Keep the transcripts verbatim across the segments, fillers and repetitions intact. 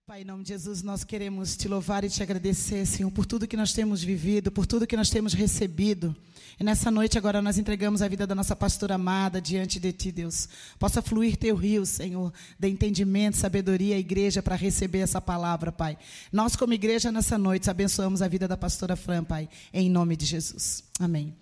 Pai, em nome de Jesus, nós queremos te louvar e te agradecer, Senhor, por tudo que nós temos vivido, por tudo que nós temos recebido. E nessa noite agora nós entregamos a vida da nossa pastora amada diante de ti, Deus. Possa fluir teu rio, Senhor, de entendimento, sabedoria à igreja para receber essa palavra, Pai. Nós, como igreja, nessa noite, abençoamos a vida da pastora Fran, Pai, em nome de Jesus. Amém.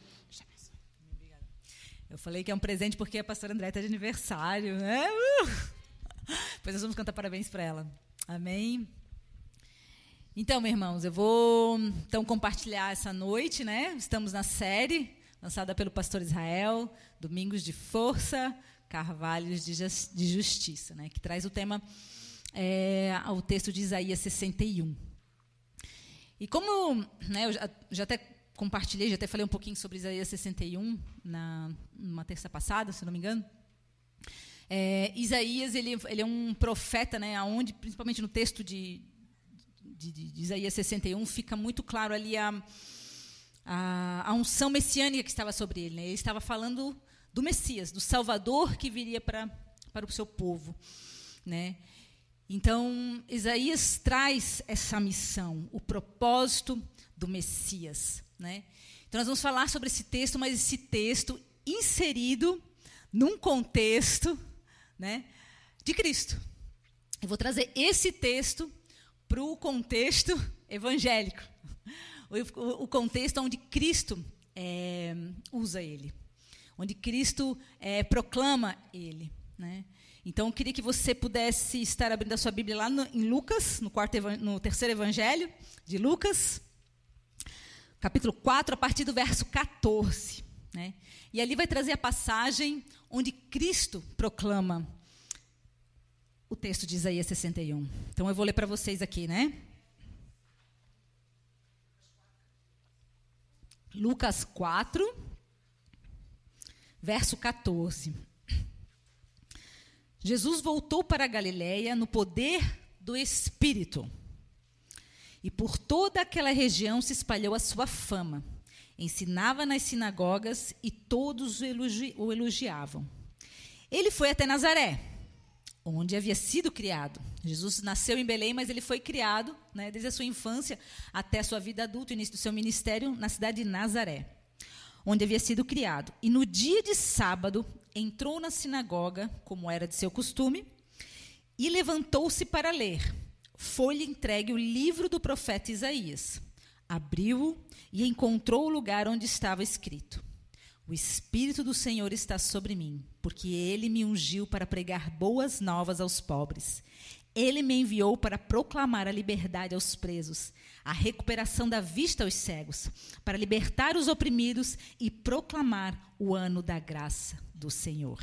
Eu falei que é um presente porque a pastora André está de aniversário, né? Uh! Pois nós vamos cantar parabéns para ela. Amém? Então, meus irmãos, eu vou então compartilhar essa noite, né? Estamos na série lançada pelo pastor Israel, Domingos de Força, Carvalhos de, Just, de Justiça, né? Que traz o tema, é, o texto de Isaías sessenta e um. E como, né, eu já, já até compartilhei, já até falei um pouquinho sobre Isaías sessenta e um na numa terça passada, se não me engano. É, Isaías ele, ele é um profeta, né, onde, principalmente no texto de, de, de Isaías sessenta e um, fica muito claro ali a, a, a unção messiânica que estava sobre ele. Né? Ele estava falando do Messias, do Salvador que viria para, para o seu povo. Né? Então, Isaías traz essa missão, o propósito do Messias. Né? Então, nós vamos falar sobre esse texto, mas esse texto inserido num contexto, né, de Cristo. Eu vou trazer esse texto para o contexto evangélico, o, o contexto onde Cristo é, usa ele, onde Cristo é, proclama ele. Né? Então, eu queria que você pudesse estar abrindo a sua Bíblia lá no, em Lucas, no, quarto, no terceiro evangelho de Lucas, capítulo quatro, a partir do verso catorze. Né? E ali vai trazer a passagem onde Cristo proclama o texto de Isaías sessenta e um. Então, eu vou ler para vocês aqui, né? Lucas quatro, verso catorze. Jesus voltou para a Galileia no poder do Espírito. E por toda aquela região se espalhou a sua fama. Ensinava nas sinagogas e todos o, elogi- o elogiavam. Ele foi até Nazaré, onde havia sido criado. Jesus nasceu em Belém, mas ele foi criado, né, desde a sua infância até a sua vida adulta, o início do seu ministério, na cidade de Nazaré, onde havia sido criado. E no dia de sábado, entrou na sinagoga, como era de seu costume, e levantou-se para ler. Foi-lhe entregue o livro do profeta Isaías. Abriu-o e encontrou o lugar onde estava escrito: O Espírito do Senhor está sobre mim, porque Ele me ungiu para pregar boas novas aos pobres. Ele me enviou para proclamar a liberdade aos presos, a recuperação da vista aos cegos, para libertar os oprimidos e proclamar o ano da graça do Senhor.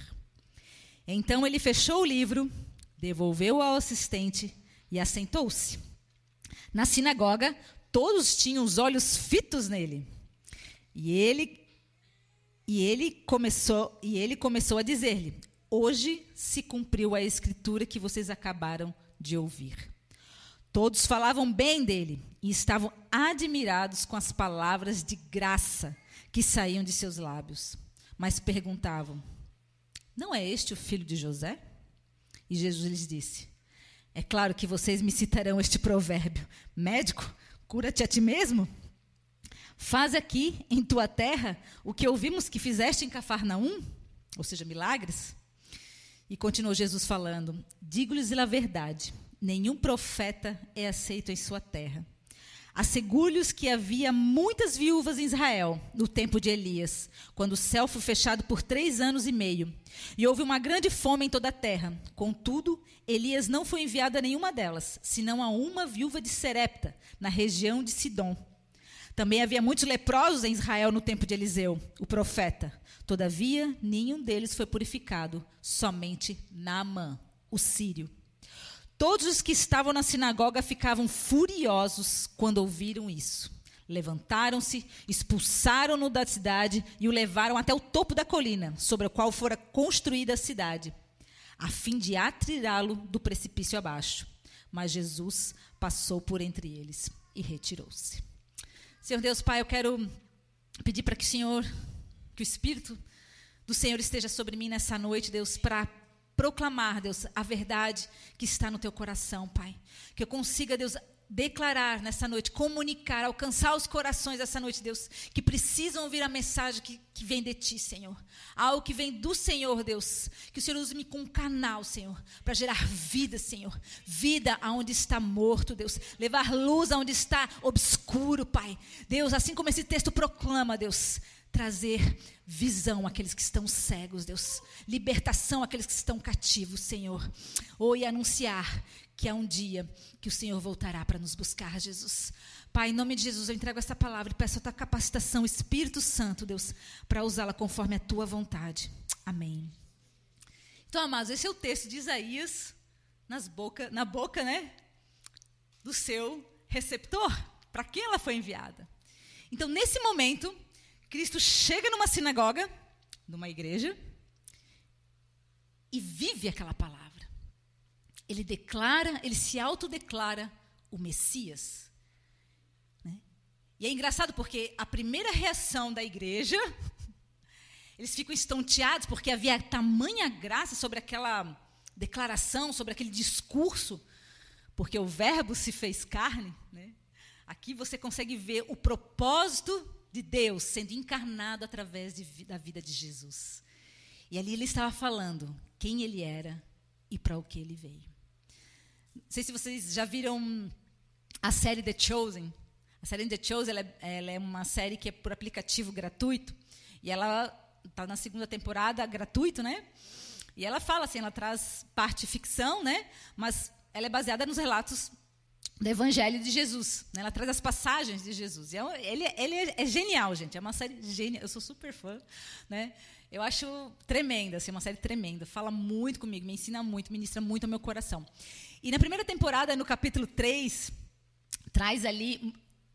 Então ele fechou o livro, devolveu-o ao assistente e assentou-se. Na sinagoga, todos tinham os olhos fitos nele. E ele, e ele, começou, e ele começou a dizer-lhe: Hoje se cumpriu a escritura que vocês acabaram de ouvir. Todos falavam bem dele e estavam admirados com as palavras de graça que saíam de seus lábios. Mas perguntavam: Não é este o filho de José? E Jesus lhes disse: É claro que vocês me citarão este provérbio: Médico, cura-te a ti mesmo? Faz aqui, em tua terra, o que ouvimos que fizeste em Cafarnaum, ou seja, milagres. E continuou Jesus falando: Digo-lhes a verdade, nenhum profeta é aceito em sua terra. Asseguro-lhes que havia muitas viúvas em Israel, no tempo de Elias, quando o céu foi fechado por três anos e meio, e houve uma grande fome em toda a terra. Contudo, Elias não foi enviado a nenhuma delas, senão a uma viúva de Serepta, na região de Sidom. Também havia muitos leprosos em Israel no tempo de Eliseu, o profeta. Todavia, nenhum deles foi purificado, somente Naamã, o sírio. Todos os que estavam na sinagoga ficavam furiosos quando ouviram isso. Levantaram-se, expulsaram-no da cidade e o levaram até o topo da colina, sobre a qual fora construída a cidade, a fim de atirá-lo do precipício abaixo. Mas Jesus passou por entre eles e retirou-se. Senhor Deus, Pai, eu quero pedir para que o Senhor, que o Espírito do Senhor esteja sobre mim nessa noite, Deus, para proclamar, Deus, a verdade que está no teu coração, Pai. Que eu consiga, Deus, declarar nessa noite, comunicar, alcançar os corações dessa noite, Deus, que precisam ouvir a mensagem que, que vem de Ti, Senhor. Algo que vem do Senhor, Deus. Que o Senhor use-me como um canal, Senhor, para gerar vida, Senhor. Vida aonde está morto, Deus. Levar luz aonde está obscuro, Pai. Deus, assim como esse texto proclama, Deus, trazer visão àqueles que estão cegos, Deus. Libertação àqueles que estão cativos, Senhor. Ou e anunciar que há um dia que o Senhor voltará para nos buscar, Jesus. Pai, em nome de Jesus, eu entrego essa palavra e peço a tua capacitação, Espírito Santo, Deus, para usá-la conforme a tua vontade. Amém. Então, amados, esse é o texto de Isaías nas boca, na boca, né, do seu receptor, para quem ela foi enviada. Então, nesse momento, Cristo chega numa sinagoga, numa igreja, e vive aquela palavra. Ele declara, ele se autodeclara o Messias. Né? E é engraçado porque a primeira reação da igreja, eles ficam estonteados porque havia tamanha graça sobre aquela declaração, sobre aquele discurso, porque o verbo se fez carne. Né? Aqui você consegue ver o propósito de Deus sendo encarnado através de, da vida de Jesus. E ali ele estava falando quem ele era e para o que ele veio. Não sei se vocês já viram a série The Chosen. A série The Chosen ela é, ela é uma série que é por aplicativo gratuito. E ela está na segunda temporada gratuito, né? E ela fala assim, ela traz parte ficção, né? Mas ela é baseada nos relatos do Evangelho de Jesus. Né? Ela traz as passagens de Jesus. E é, ele, ele é genial, gente. É uma série genial. Eu sou super fã, né? Eu acho tremenda, assim, uma série tremenda. Fala muito comigo, me ensina muito, ministra muito ao meu coração. E na primeira temporada, no capítulo três, traz ali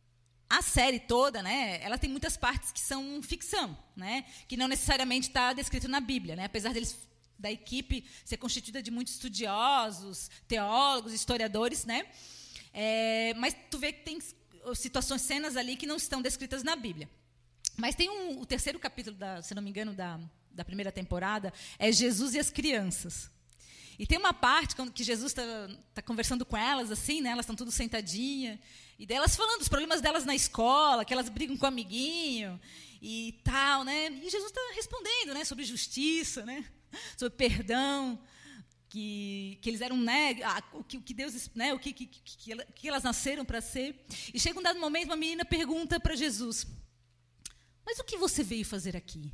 a série toda, né? Ela tem muitas partes que são ficção, né? Que não necessariamente está descrito na Bíblia, né? Apesar deles, da equipe ser constituída de muitos estudiosos, teólogos, historiadores, né? É, mas tu vê que tem situações, cenas ali que não estão descritas na Bíblia. Mas tem um, o terceiro capítulo, da, se não me engano, da, da primeira temporada, é Jesus e as crianças. E tem uma parte que Jesus está tá conversando com elas, assim, né? Elas estão tudo sentadinhas, e delas falando dos problemas delas na escola, que elas brigam com o amiguinho, e tal, né? E Jesus está respondendo, né? Sobre justiça, né? Sobre perdão, que, que eles eram, né? O que, o que Deus, né? O que, que, que, que elas nasceram para ser. E chega um dado momento, uma menina pergunta para Jesus: mas o que você veio fazer aqui?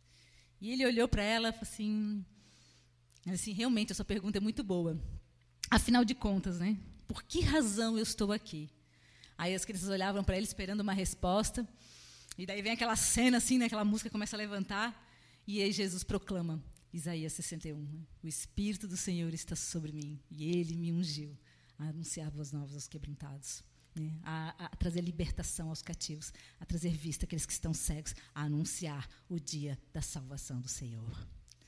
E ele olhou para ela e falou assim, assim, realmente, essa pergunta é muito boa. Afinal de contas, né? Por que razão eu estou aqui? Aí as crianças olhavam para ele esperando uma resposta. E daí vem aquela cena assim, né? Aquela música começa a levantar. E aí Jesus proclama, Isaías sessenta e um. Né? O Espírito do Senhor está sobre mim. E Ele me ungiu a anunciar boas novas aos quebrantados. Né, a, a trazer libertação aos cativos, a trazer vista àqueles que estão cegos, a anunciar o dia da salvação do Senhor.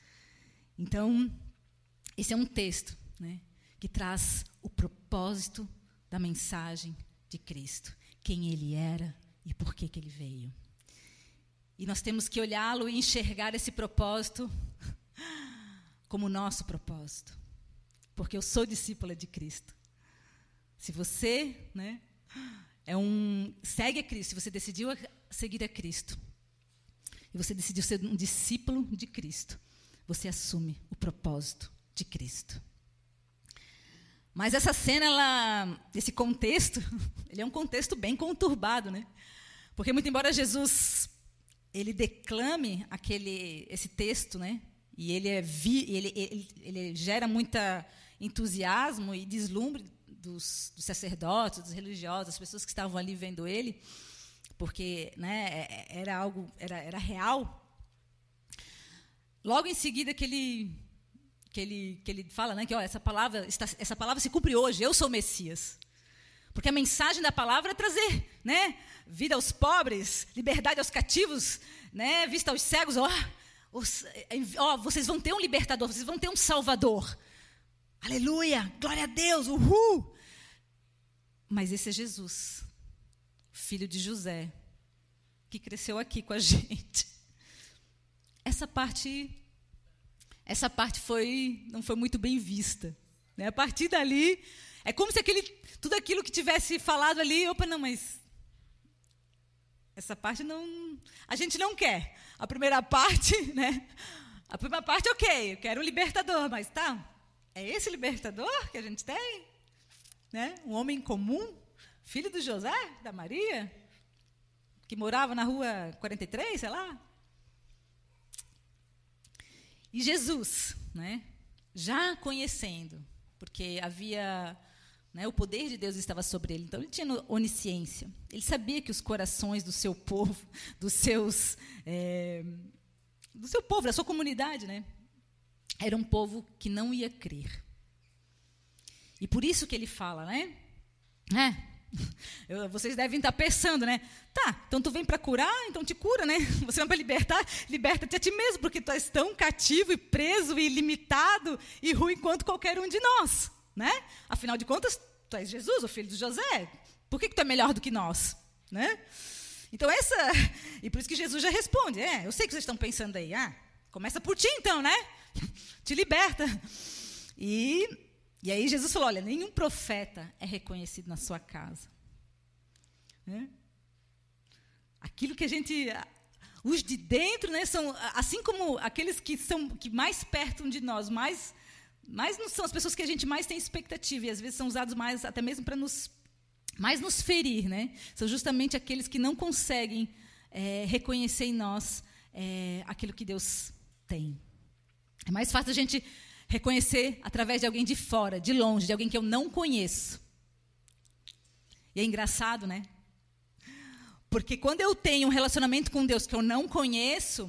Então, esse é um texto, né, que traz o propósito da mensagem de Cristo, quem Ele era e por que que Ele veio. E nós temos que olhá-lo e enxergar esse propósito como nosso propósito, porque eu sou discípula de Cristo. Se você, né, é um, segue a Cristo, se você decidiu a seguir a Cristo, e você decidiu ser um discípulo de Cristo, você assume o propósito de Cristo. Mas essa cena, ela, esse contexto, ele é um contexto bem conturbado, né? Porque, muito embora Jesus ele declame aquele, esse texto, né? E ele, é vi, ele, ele, ele gera muita entusiasmo e deslumbre dos, dos sacerdotes, dos religiosos, das pessoas que estavam ali vendo ele, porque, né, era algo, era, era real. Logo em seguida que ele, que ele, que ele fala, né, que ó, essa palavra está, essa palavra se cumpre hoje. Eu sou o Messias, porque a mensagem da palavra é trazer, né, vida aos pobres, liberdade aos cativos, né, vista aos cegos. Ó, os, ó, vocês vão ter um libertador, vocês vão ter um salvador. Aleluia, glória a Deus, uhul. Mas esse é Jesus, filho de José, que cresceu aqui com a gente. Essa parte essa parte foi, não foi muito bem vista. Né? A partir dali, é como se aquele, tudo aquilo que tivesse falado ali, opa, não, mas essa parte não, a gente não quer. A primeira parte, né? A primeira parte, ok, eu quero um libertador, mas tá, é esse libertador que a gente tem? Né? Um homem comum, filho do José, da Maria, que morava na rua quarenta e três, sei lá. E Jesus, né, já conhecendo, porque havia, né, o poder de Deus estava sobre ele, então ele tinha onisciência. Ele sabia que os corações do seu povo, dos seus, é, do seu povo, da sua comunidade, né, era um povo que não ia crer. E por isso que ele fala, né? É, eu, vocês devem estar pensando, né? Tá, então tu vem para curar, então te cura, né? Você vem para libertar, liberta-te a ti mesmo, porque tu és tão cativo e preso e limitado e ruim quanto qualquer um de nós, né? Afinal de contas, tu és Jesus, o filho de José. Por que, que tu é melhor do que nós, né? Então essa, e por isso que Jesus já responde, é, eu sei que vocês estão pensando aí, ah, começa por ti então, né? Te liberta. E E aí Jesus falou, olha, nenhum profeta é reconhecido na sua casa. Né? Aquilo que a gente, os de dentro, né, são, assim como aqueles que são que mais perto de nós, mais, mais não são as pessoas que a gente mais tem expectativa, e às vezes são usados mais, até mesmo para nos, mais nos ferir, né? São justamente aqueles que não conseguem é, reconhecer em nós é, aquilo que Deus tem. É mais fácil a gente reconhecer através de alguém de fora, de longe, de alguém que eu não conheço. E é engraçado, né? Porque quando eu tenho um relacionamento com Deus que eu não conheço,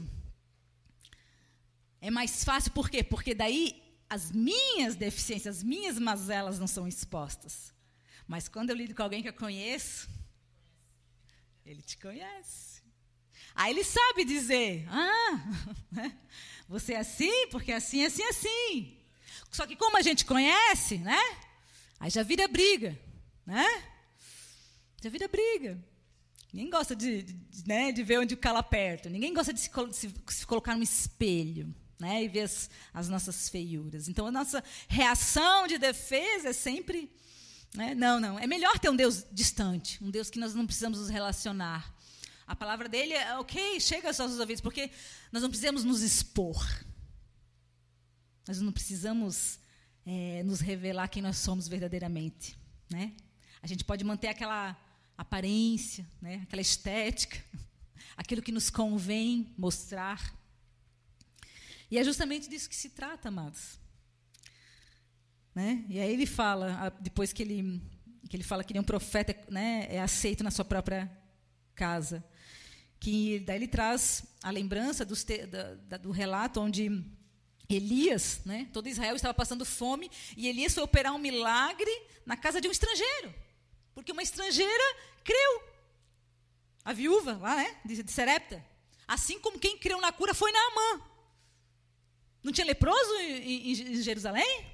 é mais fácil, por quê? Porque daí as minhas deficiências, as minhas mazelas não são expostas. Mas quando eu lido com alguém que eu conheço, ele te conhece. Aí ele sabe dizer, ah, você é assim, porque assim, assim, assim. Só que como a gente conhece, né? Aí já vira briga, né? Já vira briga. Ninguém gosta de, de, né, de ver onde o cala perto. Ninguém gosta de se, se, se colocar no espelho, né? E ver as, as nossas feiuras. Então, a nossa reação de defesa é sempre, né, não, não. É melhor ter um Deus distante, um Deus que nós não precisamos nos relacionar. A palavra dele é, ok, chega aos nossos ouvidos, porque nós não precisamos nos expor. Nós não precisamos é, nos revelar quem nós somos verdadeiramente. Né? A gente pode manter aquela aparência, né? Aquela estética, aquilo que nos convém mostrar. E é justamente disso que se trata, amados. Né? E aí ele fala, depois que ele, que ele fala que nenhum profeta, né, é aceito na sua própria casa, que daí ele traz a lembrança dos te, da, da, do relato onde Elias, né, todo Israel estava passando fome, e Elias foi operar um milagre na casa de um estrangeiro, porque uma estrangeira creu, a viúva lá, né, de, de Serepta, assim como quem creu na cura foi Naamã. Não tinha leproso em, em, em Jerusalém?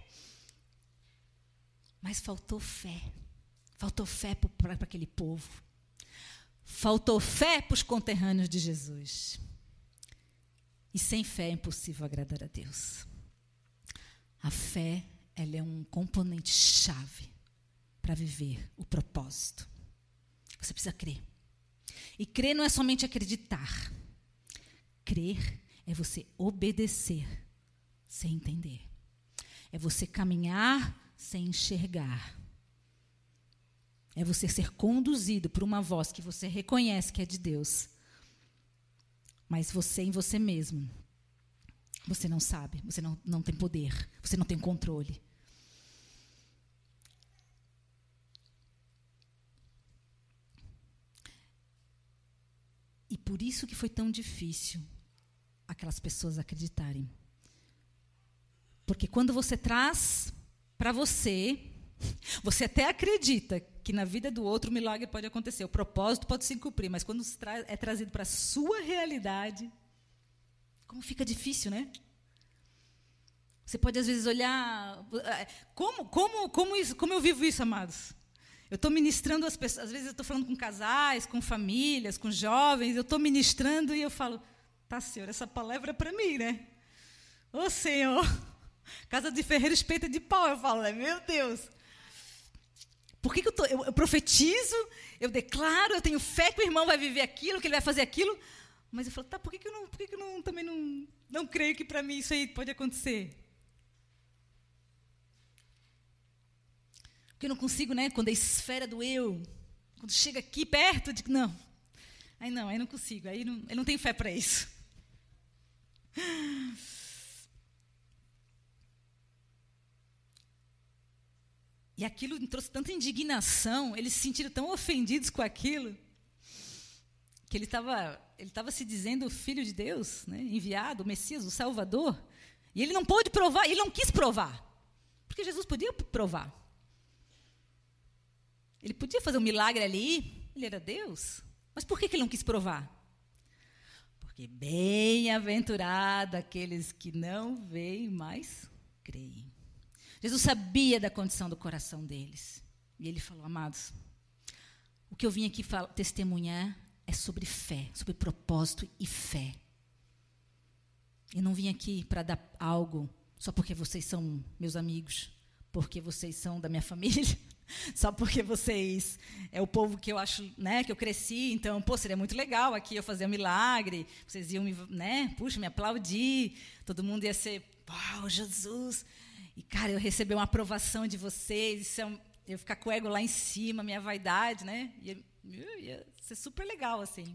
Mas faltou fé, faltou fé para aquele povo. Faltou fé para os conterrâneos de Jesus. E sem fé é impossível agradar a Deus. A fé, ela é um componente chave para viver o propósito. Você precisa crer. E crer não é somente acreditar. Crer é você obedecer sem entender. É você caminhar sem enxergar. É você ser conduzido por uma voz que você reconhece que é de Deus. Mas você em você mesmo, você não sabe, você não, não tem poder, você não tem controle. E por isso que foi tão difícil aquelas pessoas acreditarem. Porque quando você traz para você, você até acredita que na vida do outro o milagre pode acontecer, o propósito pode se cumprir, mas quando é trazido para a sua realidade, como fica difícil, né? Você pode, às vezes, olhar... Como, como, como, isso, como eu vivo isso, amados? Eu estou ministrando as pessoas, às vezes eu estou falando com casais, com famílias, com jovens, eu estou ministrando e eu falo, tá, Senhor, essa palavra é para mim, né? Ô Senhor, casa de ferreiro, espeta de pau. Eu falo, meu Deus. Por que, que eu, tô, eu, eu profetizo, eu declaro, eu tenho fé que o irmão vai viver aquilo, que ele vai fazer aquilo. Mas eu falo, tá, por que, que eu, não, por que que eu não, também não, não creio que para mim isso aí pode acontecer? Porque eu não consigo, né? Quando a esfera do eu, quando chega aqui perto, eu digo, não. Aí não, aí não consigo, aí não, eu não tenho fé para isso. E aquilo me trouxe tanta indignação, eles se sentiram tão ofendidos com aquilo, que ele estava ele estava se dizendo filho de Deus, né, enviado, o Messias, o Salvador, e ele não pôde provar, ele não quis provar, porque Jesus podia provar. Ele podia fazer um milagre ali, ele era Deus, mas por que, que ele não quis provar? Porque bem-aventurado aqueles que não veem, mas creem. Jesus sabia da condição do coração deles. E ele falou, amados, o que eu vim aqui falar, testemunhar é sobre fé, sobre propósito e fé. Eu não vim aqui para dar algo só porque vocês são meus amigos, porque vocês são da minha família, só porque vocês é o povo que eu acho, né, que eu cresci, então, pô, seria muito legal aqui eu fazer um milagre, vocês iam me, né, puxa, me aplaudir, todo mundo ia ser, uau, Jesus. E, cara, eu receber uma aprovação de vocês, isso é um, eu ficar com o ego lá em cima, minha vaidade, né? Ia, ia ser super legal, assim.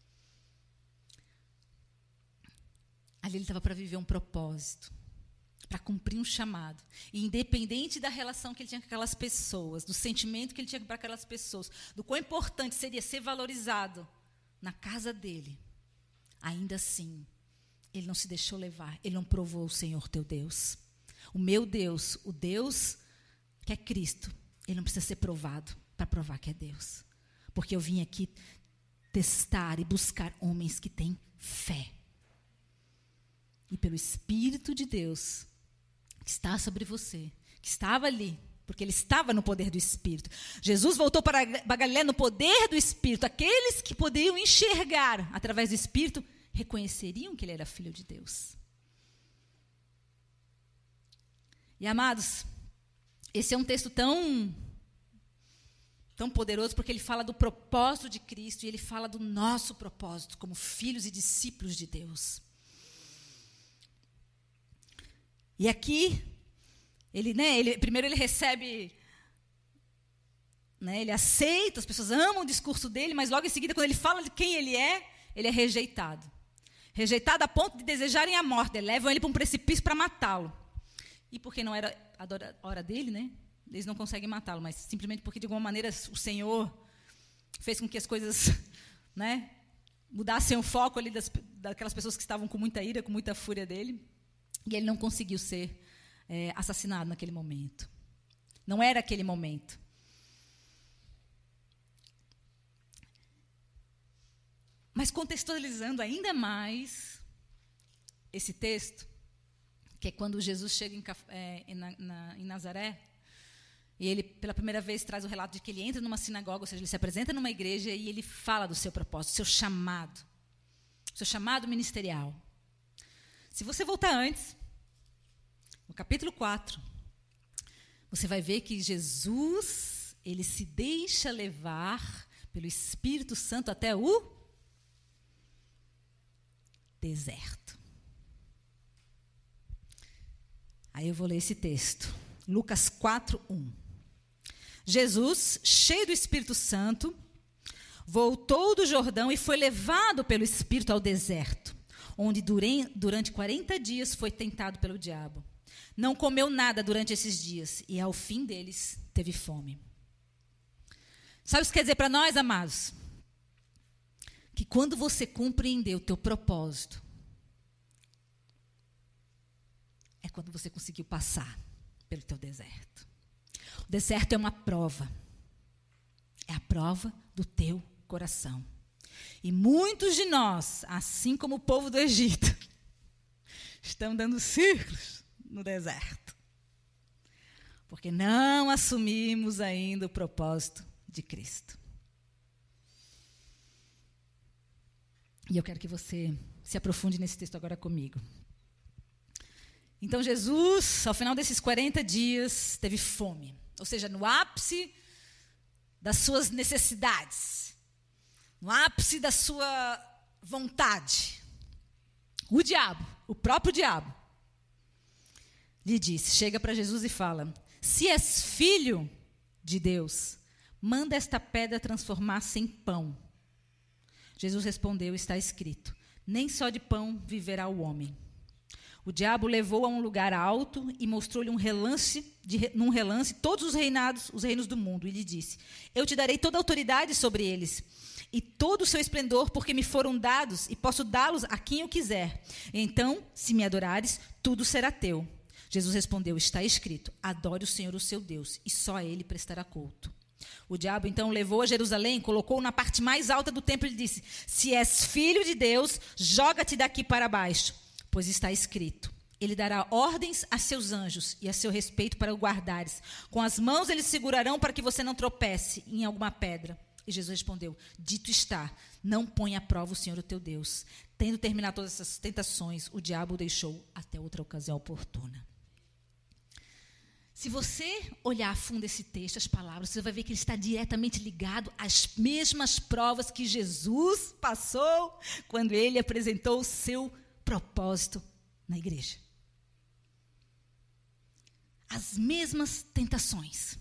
Ali ele estava para viver um propósito, para cumprir um chamado. E independente da relação que ele tinha com aquelas pessoas, do sentimento que ele tinha para aquelas pessoas, do quão importante seria ser valorizado na casa dele, ainda assim, ele não se deixou levar, ele não provou o Senhor teu Deus. O meu Deus, o Deus que é Cristo, ele não precisa ser provado para provar que é Deus. Porque eu vim aqui testar e buscar homens que têm fé. E pelo Espírito de Deus, que está sobre você, que estava ali, porque ele estava no poder do Espírito. Jesus voltou para a Galileia no poder do Espírito. Aqueles que poderiam enxergar através do Espírito, reconheceriam que ele era filho de Deus. E, amados, esse é um texto tão, tão poderoso, porque ele fala do propósito de Cristo, e ele fala do nosso propósito, como filhos e discípulos de Deus. E aqui, ele, né, ele, primeiro ele recebe, né, ele aceita, as pessoas amam o discurso dele, mas logo em seguida, quando ele fala de quem ele é, ele é rejeitado. Rejeitado a ponto de desejarem a morte, levam ele para um precipício para matá-lo. E porque não era a hora dele, né? Eles não conseguem matá-lo, mas simplesmente porque, de alguma maneira, o Senhor fez com que as coisas, né, mudassem o foco ali das, daquelas pessoas que estavam com muita ira, com muita fúria dele. E ele não conseguiu ser é, assassinado naquele momento. Não era aquele momento. Mas contextualizando ainda mais esse texto, que é quando Jesus chega em, é, em, na, em Nazaré, e ele, pela primeira vez, traz o relato de que ele entra numa sinagoga, ou seja, ele se apresenta numa igreja e ele fala do seu propósito, do seu chamado, seu chamado ministerial. Se você voltar antes, no capítulo quatro, você vai ver que Jesus, ele se deixa levar pelo Espírito Santo até o deserto. Aí eu vou ler esse texto. Lucas quatro, um. Jesus, cheio do Espírito Santo, voltou do Jordão e foi levado pelo Espírito ao deserto, onde durante quarenta dias foi tentado pelo diabo. Não comeu nada durante esses dias e, ao fim deles, teve fome. Sabe o que isso quer dizer para nós, amados? Que quando você compreender o teu propósito, é quando você conseguiu passar pelo teu deserto. O deserto é uma prova. É a prova do teu coração. E muitos de nós, assim como o povo do Egito, estão dando círculos no deserto. Porque não assumimos ainda o propósito de Cristo. E eu quero que você se aprofunde nesse texto agora comigo. Então Jesus, ao final desses quarenta dias, teve fome. Ou seja, no ápice das suas necessidades, no ápice da sua vontade, o diabo, o próprio diabo, lhe disse, chega para Jesus e fala: se és filho de Deus, manda esta pedra transformar-se em pão. Jesus respondeu, está escrito, nem só de pão viverá o homem. O diabo levou a um lugar alto e mostrou-lhe um relance, de, num relance todos os reinados, os reinos do mundo, e lhe disse, eu te darei toda a autoridade sobre eles, e todo o seu esplendor, porque me foram dados, e posso dá-los a quem eu quiser. Então, se me adorares, tudo será teu. Jesus respondeu, está escrito, adore o Senhor, o seu Deus, e só a ele prestará culto. O diabo, então, o levou a Jerusalém, colocou-o na parte mais alta do templo e lhe disse, se és filho de Deus, joga-te daqui para baixo, pois está escrito, ele dará ordens a seus anjos e a seu respeito para o guardares. Com as mãos eles segurarão para que você não tropece em alguma pedra. E Jesus respondeu, dito está, não ponha à prova o Senhor, o teu Deus. Tendo terminado todas essas tentações, o diabo o deixou até outra ocasião oportuna. Se você olhar a fundo esse texto, as palavras, você vai ver que ele está diretamente ligado às mesmas provas que Jesus passou quando ele apresentou o seu propósito na igreja. As mesmas tentações.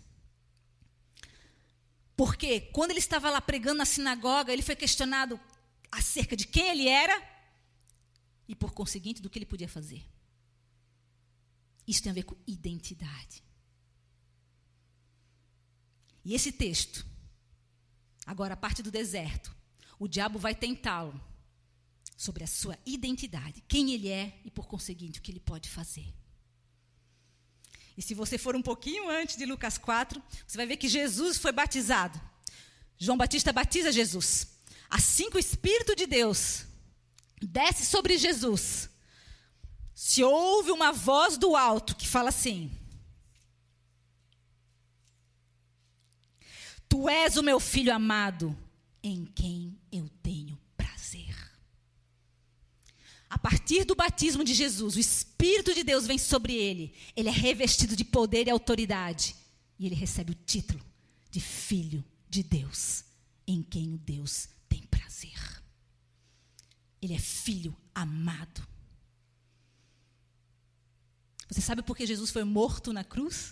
Porque quando ele estava lá pregando na sinagoga, ele foi questionado acerca de quem ele era e, por conseguinte, do que ele podia fazer. Isso tem a ver com identidade. E esse texto, agora a parte do deserto, o diabo vai tentá-lo sobre a sua identidade, quem ele é e, por conseguinte, o que ele pode fazer. E se você for um pouquinho antes de Lucas quatro, você vai ver que Jesus foi batizado. João Batista batiza Jesus. Assim que o Espírito de Deus desce sobre Jesus, se ouve uma voz do alto que fala assim, tu és o meu filho amado, em quem eu tenho prazer. A partir do batismo de Jesus, o Espírito de Deus vem sobre ele. Ele é revestido de poder e autoridade. E ele recebe o título de Filho de Deus, em quem o Deus tem prazer. Ele é filho amado. Você sabe por que Jesus foi morto na cruz?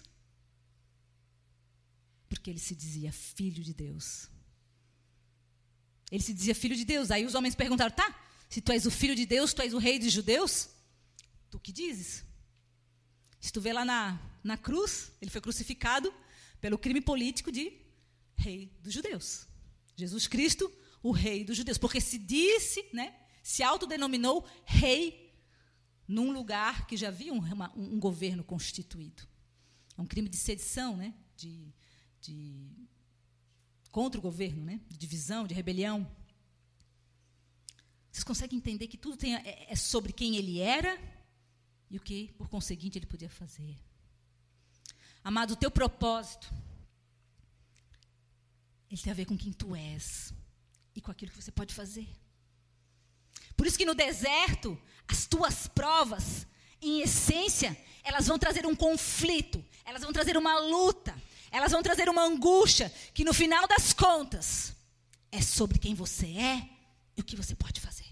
Porque ele se dizia filho de Deus. Ele se dizia filho de Deus. Aí os homens perguntaram, tá, se tu és o filho de Deus, tu és o rei dos judeus? Tu que dizes? Se tu vê lá na, na cruz, ele foi crucificado pelo crime político de rei dos judeus. Jesus Cristo, o rei dos judeus. Porque se disse, né, se autodenominou rei num lugar que já havia um, uma, um governo constituído. É um crime de sedição, né, de, de, contra o governo, né, de divisão, de rebelião. Vocês conseguem entender que tudo tem, é, é sobre quem ele era e o que, por conseguinte, ele podia fazer. Amado, o teu propósito, ele tem a ver com quem tu és e com aquilo que você pode fazer. Por isso que no deserto, as tuas provas, em essência, elas vão trazer um conflito, elas vão trazer uma luta, elas vão trazer uma angústia, que no final das contas, é sobre quem você é e o que você pode fazer.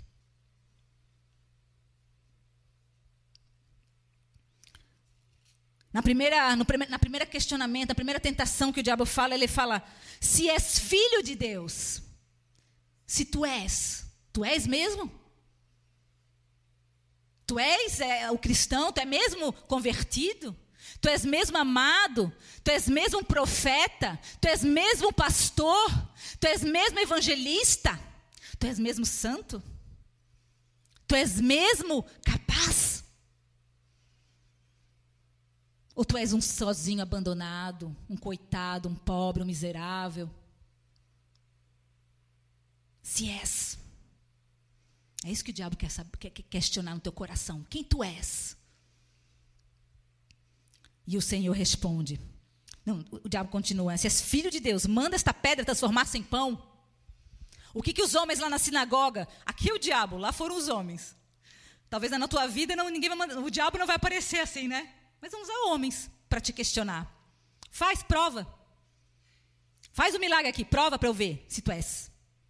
Na primeira, no, na primeira questionamento, na primeira tentação que o diabo fala, ele fala, se és filho de Deus, se tu és, tu és mesmo? Tu és é, o cristão, tu é mesmo convertido? Tu és mesmo amado? Tu és mesmo profeta? Tu és mesmo pastor? Tu és mesmo evangelista? Tu és mesmo santo? Tu és mesmo capaz? Ou tu és um sozinho abandonado, um coitado, um pobre, um miserável? Se és. É isso que o diabo quer, saber, quer questionar no teu coração. Quem tu és? E o Senhor responde. Não, o diabo continua. Se és filho de Deus, manda esta pedra transformar-se em pão. O que, que os homens lá na sinagoga... Aqui é o diabo, lá foram os homens. Talvez na tua vida não, ninguém vai mandar, o diabo não vai aparecer assim, né? Mas vamos usar homens para te questionar. Faz prova. Faz um milagre aqui, prova para eu ver se tu és.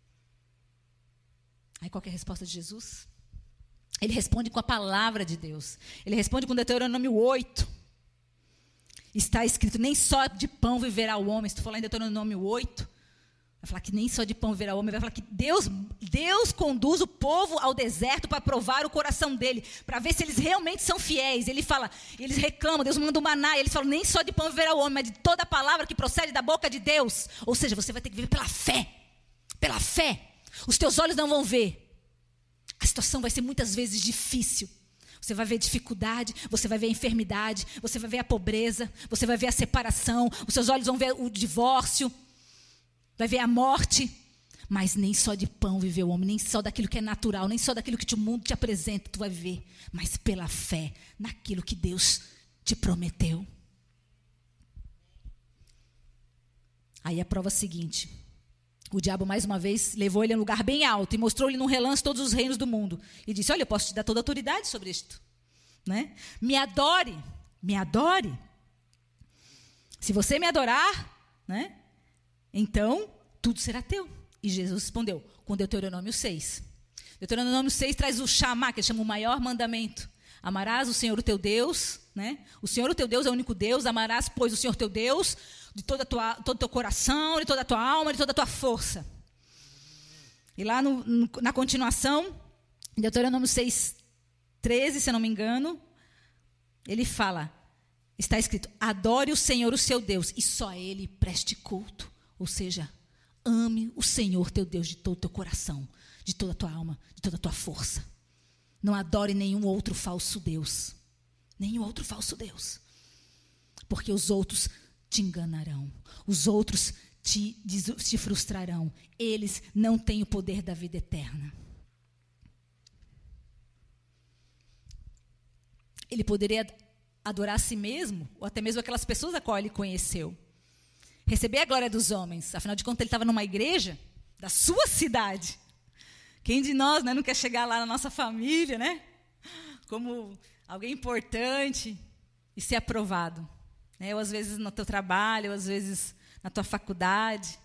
Aí qual que é a resposta de Jesus? Ele responde com a palavra de Deus. Ele responde com Deuteronômio oito. Está escrito, nem só de pão viverá o homem. Se tu for lá em Deuteronômio oito, vai falar que nem só de pão viverá o homem. Vai falar que Deus, Deus conduz o povo ao deserto para provar o coração dele, para ver se eles realmente são fiéis. Ele fala, eles reclamam, Deus manda o maná. E eles falam, nem só de pão viverá o homem, mas de toda a palavra que procede da boca de Deus. Ou seja, você vai ter que viver pela fé. Pela fé. Os teus olhos não vão ver. A situação vai ser muitas vezes difícil. Você vai ver dificuldade, você vai ver a enfermidade, você vai ver a pobreza, você vai ver a separação, os seus olhos vão ver o divórcio, vai ver a morte. Mas nem só de pão vive o homem, nem só daquilo que é natural, nem só daquilo que o mundo te apresenta, tu vai viver. Mas pela fé naquilo que Deus te prometeu. Aí a prova seguinte. O diabo, mais uma vez, levou ele a um lugar bem alto e mostrou-lhe num relance todos os reinos do mundo. E disse, olha, eu posso te dar toda a autoridade sobre isto. Né? Me adore, me adore. Se você me adorar, né, então tudo será teu. E Jesus respondeu com Deuteronômio seis. Deuteronômio seis traz o chamar, que ele chama o maior mandamento. Amarás o Senhor o teu Deus, né? O Senhor o teu Deus é o único Deus. Amarás, pois, o Senhor teu Deus de toda a tua, todo o teu coração, de toda a tua alma, de toda a tua força. E lá no, no, na continuação, em Deuteronômio seis, treze, se eu não me engano, ele fala, está escrito, adore o Senhor o seu Deus, e só a Ele preste culto. Ou seja, ame o Senhor teu Deus de todo o teu coração, de toda a tua alma, de toda a tua força. Não adore nenhum outro falso Deus. Nenhum outro falso Deus. Porque os outros te enganarão. Os outros te, te frustrarão. Eles não têm o poder da vida eterna. Ele poderia adorar a si mesmo, ou até mesmo aquelas pessoas a qual ele conheceu. Receber a glória dos homens. Afinal de contas, ele estava numa igreja da sua cidade. Quem de nós, né, não quer chegar lá na nossa família, né? Como alguém importante e ser aprovado. Né? Ou às vezes no teu trabalho, ou às vezes na tua faculdade.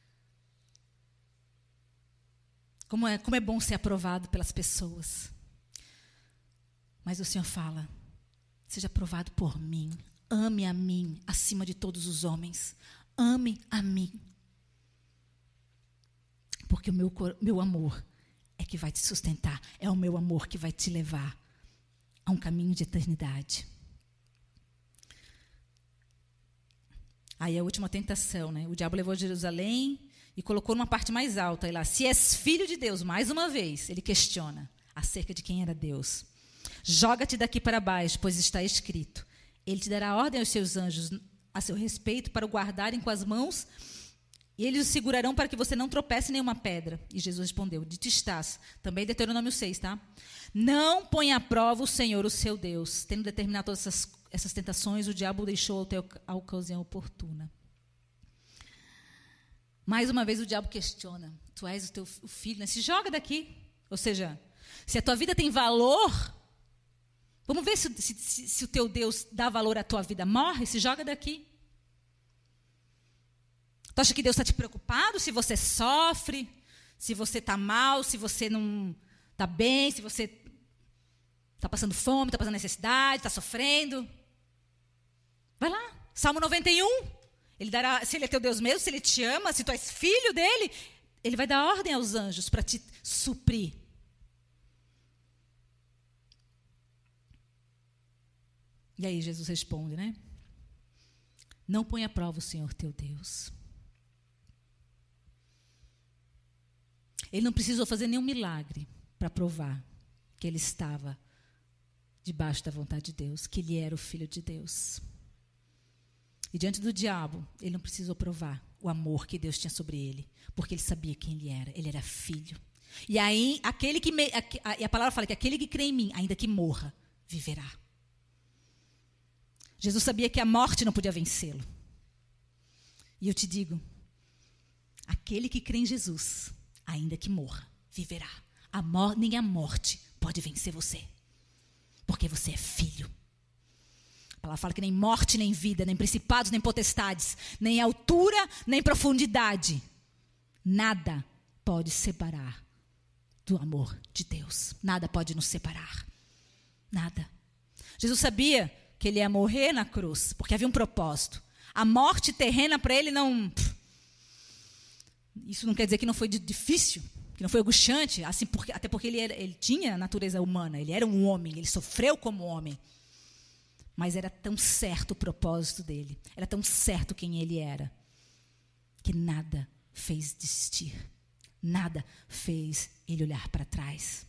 Como é, como é bom ser aprovado pelas pessoas. Mas o Senhor fala, seja aprovado por mim. Ame a mim acima de todos os homens. Ame a mim. Porque o meu, meu amor é que vai te sustentar. É o meu amor que vai te levar a um caminho de eternidade. Aí a última tentação, né? O diabo levou a Jerusalém e colocou numa parte mais alta. E lá, se és filho de Deus, mais uma vez, ele questiona acerca de quem era Deus. Joga-te daqui para baixo, pois está escrito. Ele te dará ordem aos seus anjos a seu respeito para o guardarem com as mãos, e eles o segurarão para que você não tropece em nenhuma pedra. E Jesus respondeu, dito estás, também Deuteronômio seis, tá? Não põe à prova o Senhor, o seu Deus. Tendo determinado todas essas, essas tentações, o diabo o deixou até a ocasião oportuna. Mais uma vez o diabo questiona, tu és o teu o filho, né? Se joga daqui. Ou seja, se a tua vida tem valor, vamos ver se, se, se, se o teu Deus dá valor à tua vida. Morre, se joga daqui. Tu acha que Deus está te preocupado se você sofre, se você está mal, se você não está bem, se você está passando fome, está passando necessidade, está sofrendo? Vai lá, Salmo noventa e um. Ele dará, se Ele é teu Deus mesmo, se Ele te ama, se tu és filho dEle, Ele vai dar ordem aos anjos para te suprir. E aí Jesus responde, né? Não põe à prova o Senhor teu Deus. Ele não precisou fazer nenhum milagre para provar que ele estava debaixo da vontade de Deus, que ele era o Filho de Deus. E diante do diabo, ele não precisou provar o amor que Deus tinha sobre ele, porque ele sabia quem ele era. Ele era filho. E aí, aquele que me, a, a palavra fala que aquele que crê em mim, ainda que morra, viverá. Jesus sabia que a morte não podia vencê-lo. E eu te digo, aquele que crê em Jesus, ainda que morra, viverá. A mor- nem a morte pode vencer você. porque você é filho. A palavra fala que nem morte, nem vida, nem principados, nem potestades, nem altura, nem profundidade. Nada pode separar do amor de Deus. Nada pode nos separar. Nada. Jesus sabia que ele ia morrer na cruz, porque havia um propósito. A morte terrena para ele não... Isso não quer dizer que não foi difícil, que não foi angustiante, assim, porque, até porque ele, era, ele tinha a natureza humana, ele era um homem, ele sofreu como homem. Mas era tão certo o propósito dele, era tão certo quem ele era, que nada fez desistir, nada fez ele olhar para trás.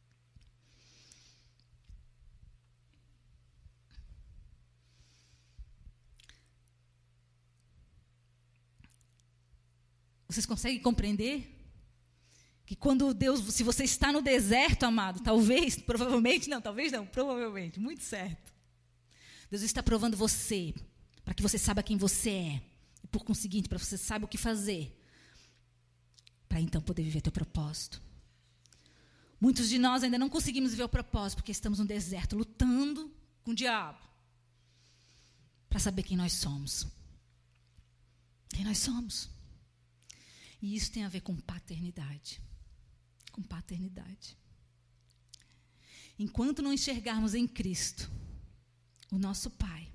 Vocês conseguem compreender que quando Deus, se você está no deserto, amado, talvez, provavelmente, não, talvez não, provavelmente, muito certo. Deus está provando você, para que você saiba quem você é, e por conseguinte, para que você saiba o que fazer, para então poder viver teu propósito. Muitos de nós ainda não conseguimos viver o propósito, porque estamos no deserto, lutando com o diabo, para saber quem nós somos. Quem nós somos. E isso tem a ver com paternidade. Com paternidade. Enquanto não enxergarmos em Cristo o nosso Pai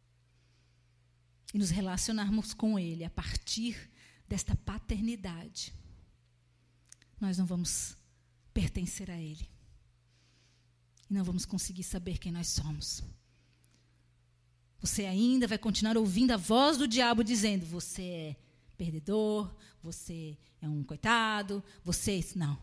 e nos relacionarmos com Ele a partir desta paternidade, nós não vamos pertencer a Ele. E não vamos conseguir saber quem nós somos. Você ainda vai continuar ouvindo a voz do diabo dizendo: você é perdedor, você é um coitado, você... Não.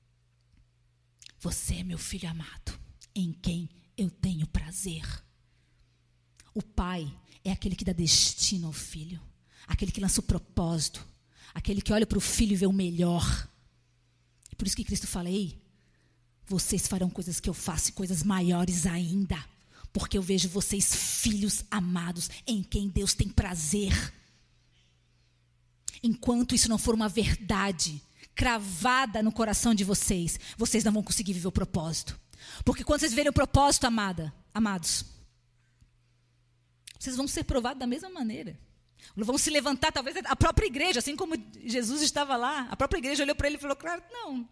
Você é meu filho amado, em quem eu tenho prazer. O pai é aquele que dá destino ao filho, aquele que lança o propósito, aquele que olha para o filho e vê o melhor. E por isso que Cristo fala: ei, vocês farão coisas que eu faço e coisas maiores ainda, porque eu vejo vocês filhos amados, em quem Deus tem prazer. Enquanto isso não for uma verdade cravada no coração de vocês, vocês não vão conseguir viver o propósito. Porque quando vocês viverem o propósito, amada, amados, vocês vão ser provados da mesma maneira. Vão se levantar, talvez a própria igreja, assim como Jesus estava lá, a própria igreja olhou para ele e falou: claro, não,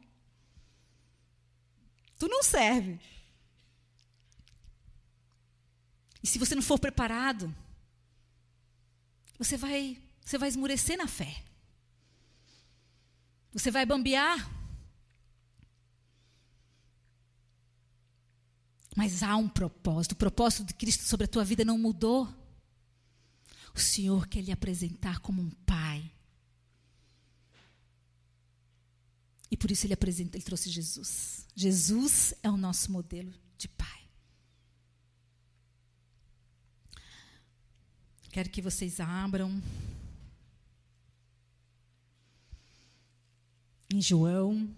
tu não serve. E se você não for preparado, você vai... Você vai esmurecer na fé. Você vai bambear. Mas há um propósito. O propósito de Cristo sobre a tua vida não mudou. O Senhor quer lhe apresentar como um pai. E por isso ele apresenta, ele trouxe Jesus. Jesus é o nosso modelo de pai. Quero que vocês abram em João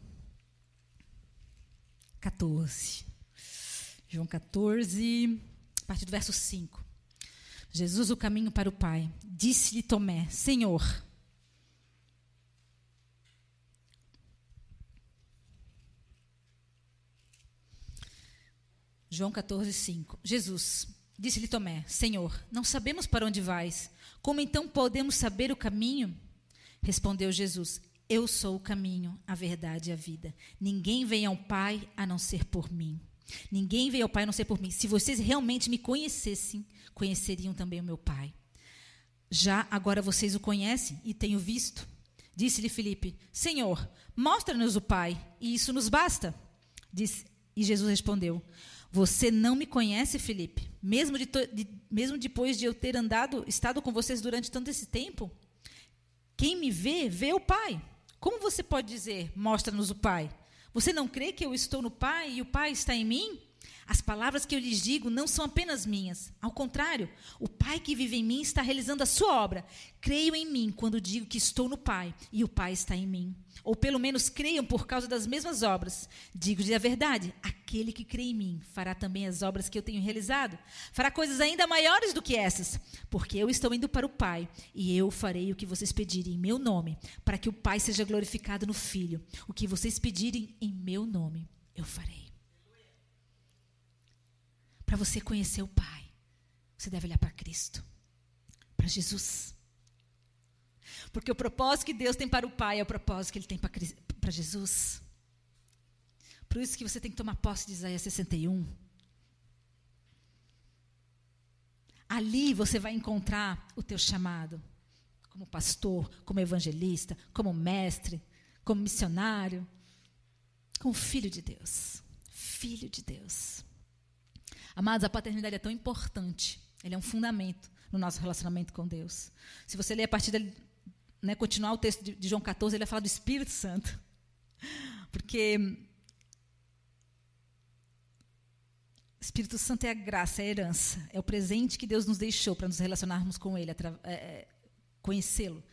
catorze. João catorze, a partir do verso cinco. Jesus, o caminho para o Pai. Disse-lhe Tomé: Senhor. João catorze, cinco. Jesus, disse-lhe Tomé: Senhor, não sabemos para onde vais. Como então podemos saber o caminho? Respondeu Jesus: Eu sou o caminho, a verdade e a vida. Ninguém vem ao Pai a não ser por mim. Ninguém veio ao Pai a não ser por mim. Se vocês realmente me conhecessem, conheceriam também o meu Pai. Já agora vocês o conhecem e têm o visto. Disse-lhe Filipe: Senhor, mostra-nos o Pai, e isso nos basta. Disse, e Jesus respondeu: Você não me conhece, Filipe, mesmo, de to, de, mesmo depois de eu ter andado, estado com vocês durante tanto esse tempo? Quem me vê, vê o Pai. Como você pode dizer: mostra-nos o Pai? Você não crê que eu estou no Pai e o Pai está em mim? As palavras que eu lhes digo não são apenas minhas. Ao contrário, o Pai que vive em mim está realizando a sua obra. Creiam em mim quando digo que estou no Pai e o Pai está em mim. Ou pelo menos creiam por causa das mesmas obras. Digo-lhes a verdade: aquele que crê em mim fará também as obras que eu tenho realizado. Fará coisas ainda maiores do que essas, porque eu estou indo para o Pai e eu farei o que vocês pedirem em meu nome, para que o Pai seja glorificado no Filho. O que vocês pedirem em meu nome, eu farei. Para você conhecer o Pai, você deve olhar para Cristo, para Jesus. Porque o propósito que Deus tem para o Pai é o propósito que Ele tem para, para Jesus. Por isso que você tem que tomar posse de Isaías sessenta e um. Ali você vai encontrar o teu chamado, como pastor, como evangelista, como mestre, como missionário, como filho de Deus. Filho de Deus. Amados, a paternidade é tão importante. Ele é um fundamento no nosso relacionamento com Deus. Se você ler a partir dele, né, continuar o texto de, de João catorze, ele vai falar do Espírito Santo. Porque o Espírito Santo é a graça, é a herança, é o presente que Deus nos deixou para nos relacionarmos com Ele, atra- é, conhecê-lo.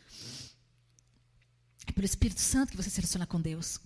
É pelo Espírito Santo que você se relaciona com Deus.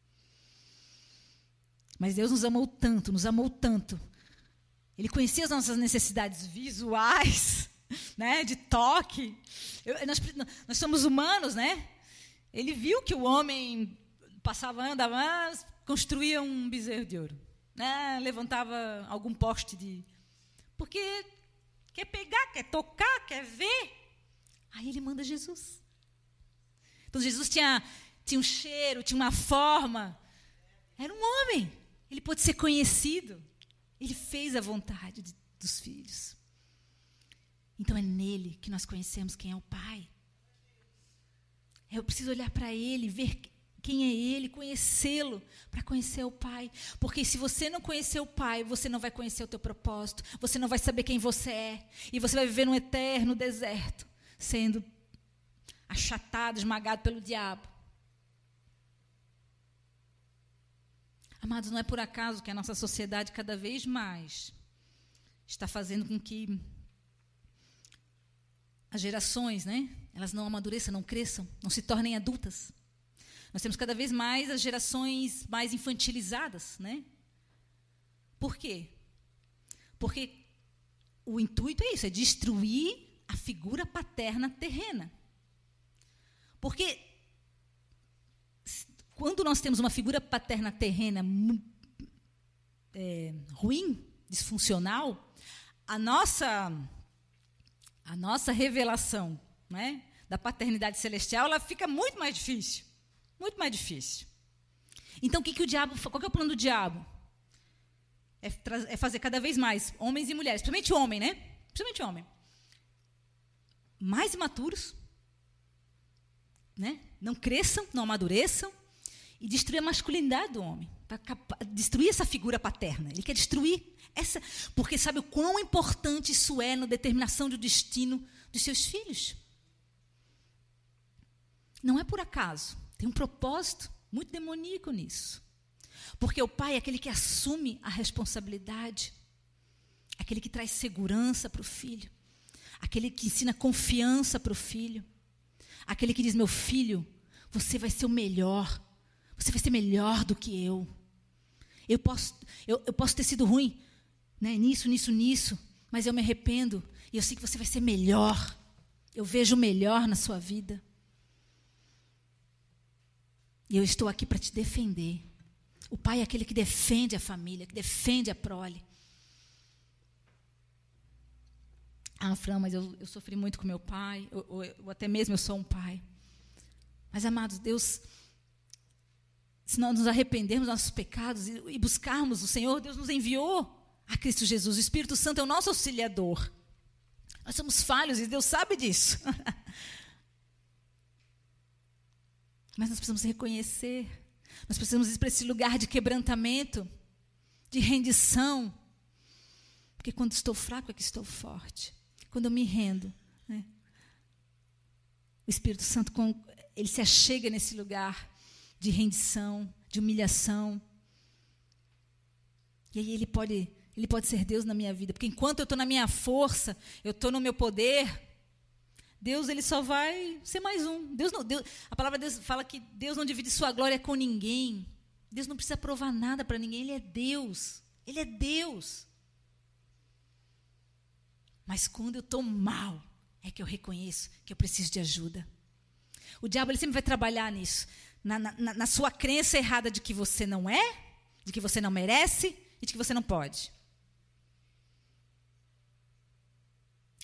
Mas Deus nos amou tanto, nos amou tanto. Ele conhecia as nossas necessidades visuais, né, de toque. Eu, nós, nós somos humanos, né? Ele viu que o homem passava, andava, construía um bezerro de ouro, né? Levantava algum poste de... Porque quer pegar, quer tocar, quer ver. Aí ele manda Jesus. Então Jesus tinha, tinha um cheiro, tinha uma forma. Era um homem. Ele pôde ser conhecido. Ele fez a vontade de, dos filhos. Então é nele que nós conhecemos quem é o Pai. Eu preciso olhar para ele, ver quem é ele, conhecê-lo, para conhecer o Pai. Porque se você não conhecer o Pai, você não vai conhecer o teu propósito, você não vai saber quem você é, e você vai viver num eterno deserto, sendo achatado, esmagado pelo diabo. Amados, não é por acaso que a nossa sociedade cada vez mais está fazendo com que as gerações, né, elas não amadureçam, não cresçam, não se tornem adultas. Nós temos cada vez mais as gerações mais infantilizadas, né? Por quê? Porque o intuito é isso, é destruir a figura paterna terrena. Porque quando nós temos uma figura paterna terrena é, ruim, disfuncional, a nossa, a nossa revelação, né, da paternidade celestial, ela fica muito mais difícil. Muito mais difícil. Então, o que, que o diabo... Qual que é o plano do diabo? É, é fazer cada vez mais homens e mulheres, principalmente homem, né? Principalmente homem. Mais imaturos, né? Não cresçam, não amadureçam, e destruir a masculinidade do homem. Para destruir essa figura paterna. Ele quer destruir essa... Porque sabe o quão importante isso é na determinação do destino dos seus filhos? Não é por acaso. Tem um propósito muito demoníaco nisso. Porque o pai é aquele que assume a responsabilidade, aquele que traz segurança para o filho, aquele que ensina confiança para o filho, aquele que diz, meu filho, você vai ser o melhor, você vai ser melhor do que eu. Eu posso, eu, eu posso ter sido ruim, né, nisso, nisso, nisso, mas eu me arrependo e eu sei que você vai ser melhor. Eu vejo o melhor na sua vida. E eu estou aqui para te defender. O pai é aquele que defende a família, que defende a prole. Ah, Fran, mas eu, eu sofri muito com meu pai, ou, ou, ou até mesmo eu sou um pai. Mas, amados, Deus, se nós nos arrependermos dos nossos pecados e, e buscarmos o Senhor, Deus nos enviou a Cristo Jesus. O Espírito Santo é o nosso auxiliador. Nós somos falhos e Deus sabe disso. Mas nós precisamos reconhecer, nós precisamos ir para esse lugar de quebrantamento, de rendição. Porque quando estou fraco é que estou forte. Quando eu me rendo, né, o Espírito Santo, ele se achega nesse lugar de rendição, de humilhação. E aí ele pode, ele pode ser Deus na minha vida. Porque enquanto eu estou na minha força, eu estou no meu poder... Deus, ele só vai ser mais um. Deus não, Deus, a palavra de Deus fala que Deus não divide sua glória com ninguém. Deus não precisa provar nada para ninguém. Ele é Deus. Ele é Deus. Mas quando eu estou mal, é que eu reconheço que eu preciso de ajuda. O diabo, ele sempre vai trabalhar nisso. Na, na, na sua crença errada de que você não é, de que você não merece e de que você não pode.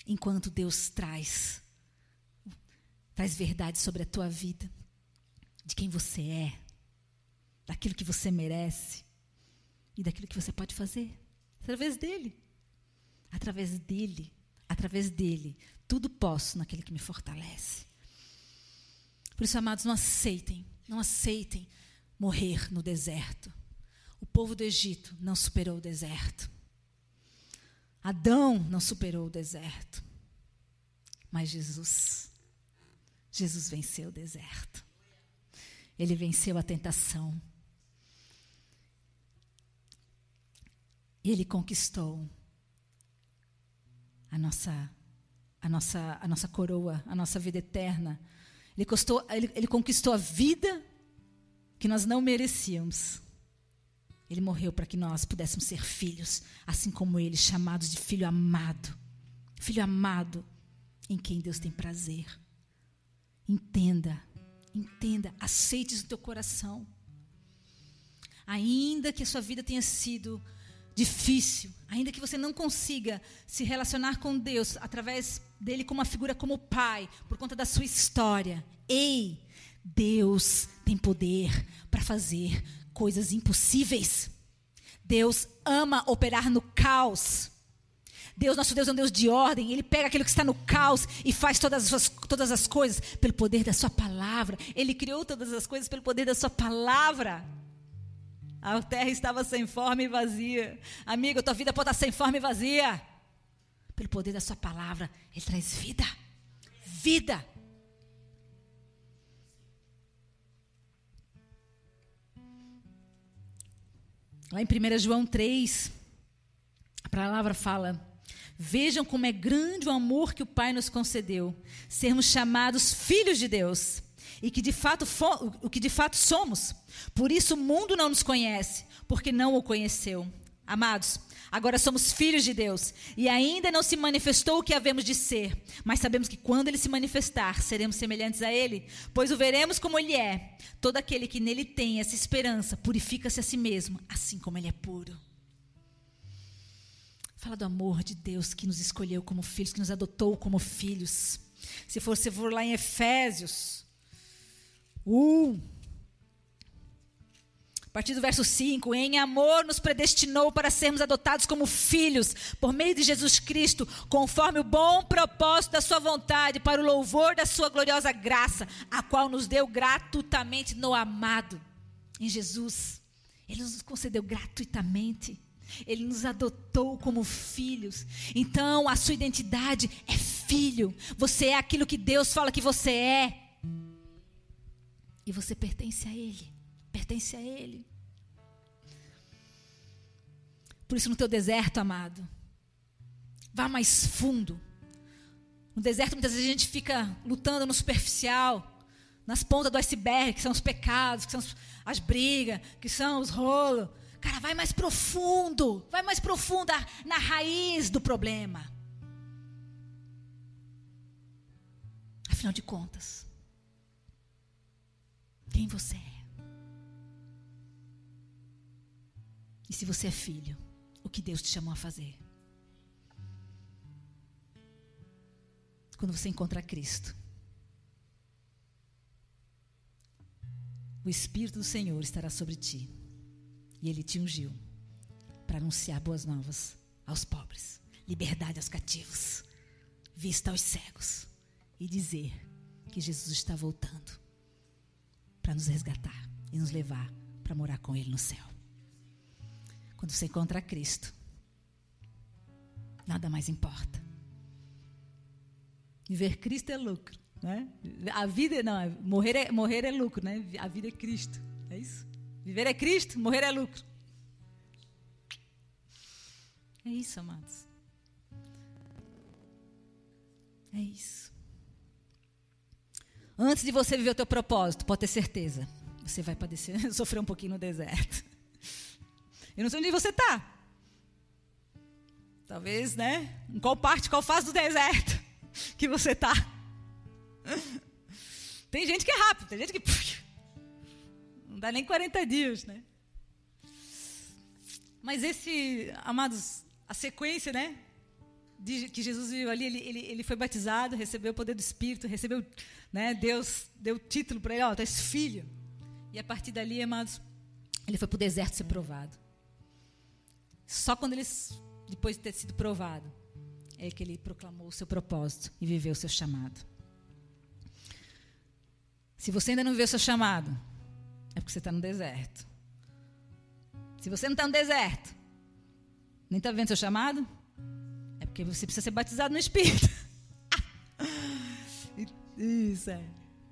enquanto Deus traz, traz verdade sobre a tua vida, de quem você é, daquilo que você merece e daquilo que você pode fazer, através dele. Através dele, através dele, tudo posso naquele que me fortalece. Por isso, amados, não aceitem, não aceitem morrer no deserto. O povo do Egito não superou o deserto. Adão não superou o deserto. Mas Jesus, Jesus venceu o deserto. Ele venceu a tentação. Ele conquistou a nossa, a nossa, a nossa coroa, a nossa vida eterna. Ele, custou, ele, ele conquistou a vida que nós não merecíamos. Ele morreu para que nós pudéssemos ser filhos, assim como ele, chamados de filho amado. Filho amado, em quem Deus tem prazer. Entenda, entenda, aceite isso no teu coração. Ainda que a sua vida tenha sido difícil, ainda que você não consiga se relacionar com Deus através dele como uma figura como pai, por conta da sua história, ei, Deus tem poder para fazer coisas impossíveis. Deus ama operar no caos. Deus, nosso Deus é um Deus de ordem. Ele pega aquilo que está no caos e faz todas as, todas as coisas pelo poder da sua palavra. Ele criou todas as coisas pelo poder da sua palavra. A terra estava sem forma e vazia. Amigo, a tua vida pode estar sem forma e vazia. Pelo poder da sua palavra, ele traz vida. Vida. Lá em primeira João três, a palavra fala: vejam como é grande o amor que o Pai nos concedeu, sermos chamados filhos de Deus, e que de fato fo- o que de fato somos. Por isso o mundo não nos conhece, porque não o conheceu. Amados, agora somos filhos de Deus, e ainda não se manifestou o que havemos de ser, mas sabemos que quando ele se manifestar, seremos semelhantes a ele, pois o veremos como ele é. Todo aquele que nele tem essa esperança, purifica-se a si mesmo, assim como ele é puro. Fala do amor de Deus que nos escolheu como filhos, que nos adotou como filhos. Se for, se for lá em Efésios um, a partir do verso cinco, em amor nos predestinou para sermos adotados como filhos, por meio de Jesus Cristo, conforme o bom propósito da sua vontade, para o louvor da sua gloriosa graça, a qual nos deu gratuitamente no amado. Em Jesus, ele nos concedeu gratuitamente. Ele nos adotou como filhos. Então a sua identidade é filho. Você é aquilo que Deus fala que você é. E você pertence a Ele. Pertence a Ele. Por isso no teu deserto, amado, vá mais fundo. No deserto muitas vezes a gente fica lutando no superficial, nas pontas do iceberg, que são os pecados, que são as brigas, que são os rolos. Cara, vai mais profundo, vai mais profundo na raiz do problema. Afinal de contas, quem você é? E se você é filho, o que Deus te chamou a fazer? Quando você encontra Cristo, o Espírito do Senhor estará sobre ti. E Ele te ungiu para anunciar boas novas aos pobres, liberdade aos cativos, vista aos cegos, e dizer que Jesus está voltando para nos resgatar e nos levar para morar com Ele no céu. Quando você encontra Cristo, nada mais importa. Viver Cristo é lucro, né? A vida não, morrer é, morrer é lucro, né? A vida é Cristo, é isso? Viver é Cristo, morrer é lucro. É isso, amados. É isso. Antes de você viver o teu propósito, pode ter certeza, você vai padecer, sofrer um pouquinho no deserto. Eu não sei onde você está. Talvez, né? Em qual parte, qual fase do deserto que você está. Tem gente que é rápido, tem gente que... não dá nem quarenta dias, né? Mas esse, amados, a sequência, né? de, que Jesus viveu ali, ele, ele, ele foi batizado, recebeu o poder do Espírito, recebeu, né, Deus deu título para ele, ó, tu és filho. E a partir dali, amados, ele foi para o deserto ser provado. Só quando ele, depois de ter sido provado, é que ele proclamou o seu propósito e viveu o seu chamado. Se você ainda não viveu o seu chamado, é porque você está no deserto. Se você não está no deserto, nem está vivendo o seu chamado, é porque você precisa ser batizado no Espírito. Isso é.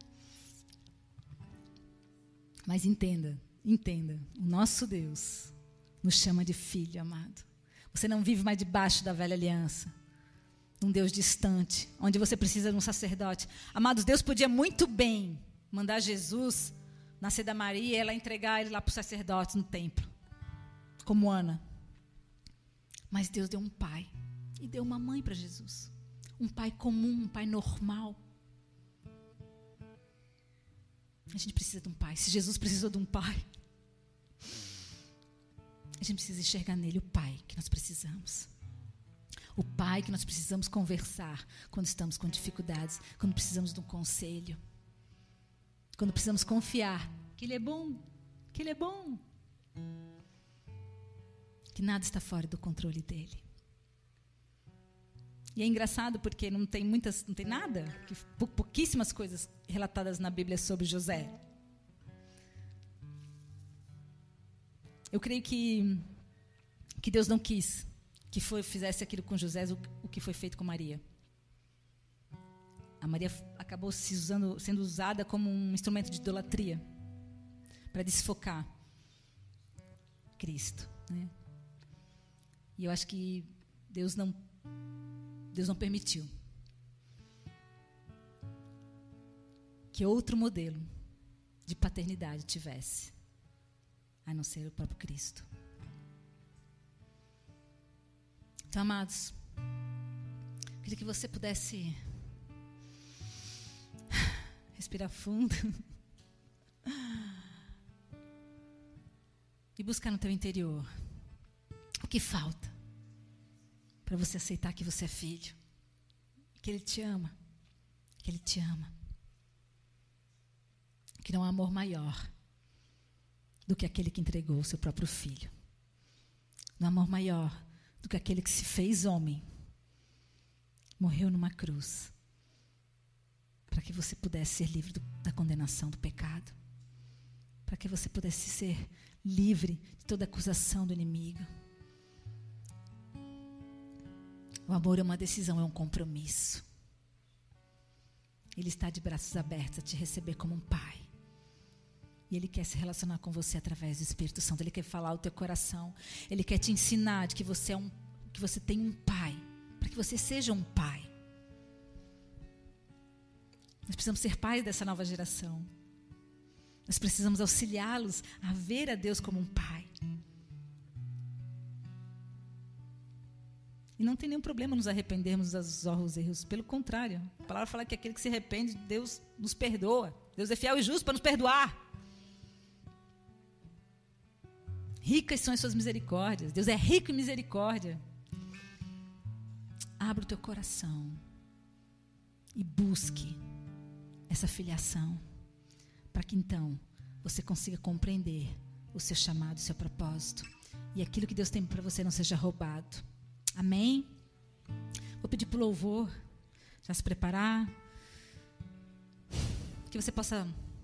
Mas entenda, entenda, o nosso Deus nos chama de filho, amado. Você não vive mais debaixo da velha aliança, um Deus distante, onde você precisa de um sacerdote. Amados, Deus podia muito bem mandar Jesus nascer da Maria e ela entregar ele lá para os sacerdotes no templo, como Ana. Mas Deus deu um pai e deu uma mãe para Jesus. Um pai comum, um pai normal. A gente precisa de um pai. Se Jesus precisou de um pai, a gente precisa enxergar nele o pai que nós precisamos. O pai que nós precisamos conversar quando estamos com dificuldades, quando precisamos de um conselho, quando precisamos confiar que ele é bom, que ele é bom, que nada está fora do controle dele. E é engraçado porque não tem muitas, não tem nada, que, pouquíssimas coisas relatadas na Bíblia sobre José. Eu creio que, que Deus não quis que foi, fizesse aquilo com José, o, o que foi feito com Maria. A Maria acabou se usando, sendo usada como um instrumento de idolatria para desfocar Cristo, né? E eu acho que Deus não, Deus não permitiu que outro modelo de paternidade tivesse, a não ser o próprio Cristo. Então, amados, eu queria que você pudesse respirar fundo e buscar no teu interior o que falta para você aceitar que você é filho, que Ele te ama, que Ele te ama, que não há amor maior do que aquele que entregou o seu próprio filho. Não há amor maior do que aquele que se fez homem, morreu numa cruz, para que você pudesse ser livre do, da condenação do pecado, para que você pudesse ser livre de toda acusação do inimigo. O amor é uma decisão, é um compromisso. Ele está de braços abertos a te receber como um pai. E Ele quer se relacionar com você através do Espírito Santo. Ele quer falar ao teu coração. Ele quer te ensinar de que você, é um, que você tem um pai, para que você seja um pai. Nós precisamos ser pais dessa nova geração. Nós precisamos auxiliá-los a ver a Deus como um pai. E não tem nenhum problema nos arrependermos dos nossos erros. Pelo contrário, a palavra fala que aquele que se arrepende, Deus nos perdoa. Deus é fiel e justo para nos perdoar. Ricas são as suas misericórdias. Deus é rico em misericórdia. Abra o teu coração e busque essa filiação, para que então você consiga compreender o seu chamado, o seu propósito, e aquilo que Deus tem para você não seja roubado. Amém? Vou pedir para o louvor já se preparar, que você possa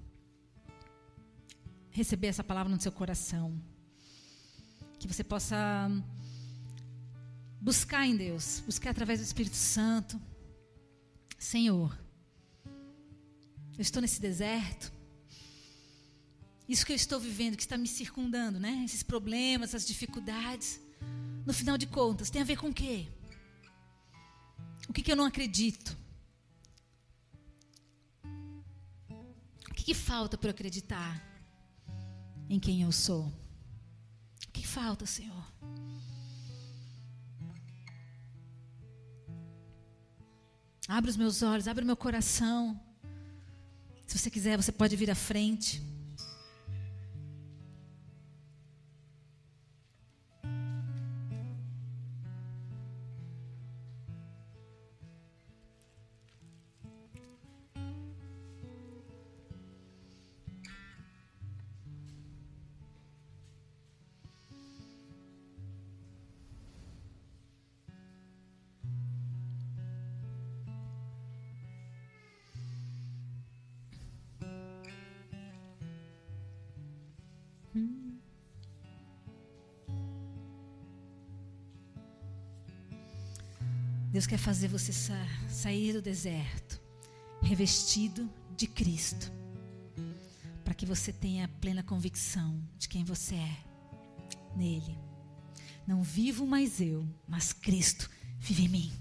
receber essa palavra no seu coração, que você possa buscar em Deus, buscar através do Espírito Santo. Senhor, eu estou nesse deserto, isso que eu estou vivendo, que está me circundando, né? Esses problemas, essas dificuldades, no final de contas, tem a ver com o quê? O que, que eu não acredito? O que, que falta para eu acreditar em quem eu sou? O que falta, Senhor? Abre os meus olhos, abre o meu coração. Se você quiser, você pode vir à frente. Deus quer fazer você sa- sair do deserto, revestido de Cristo, para que você tenha plena convicção de quem você é nele. Não vivo mais eu, mas Cristo vive em mim.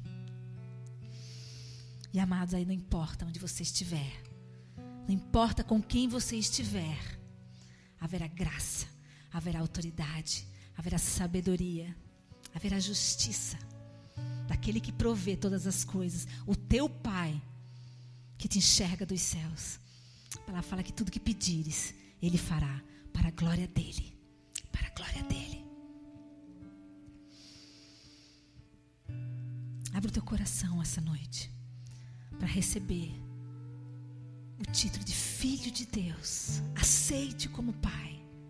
E amados, aí não importa onde você estiver, não importa com quem você estiver, haverá graça, haverá autoridade, haverá sabedoria, haverá justiça daquele que provê todas as coisas, o teu Pai que te enxerga dos céus. A palavra fala que tudo que pedires Ele fará para a glória dEle, para a glória dEle. Abre o teu coração essa noite para receber o título de filho de Deus. Aceite como Pai.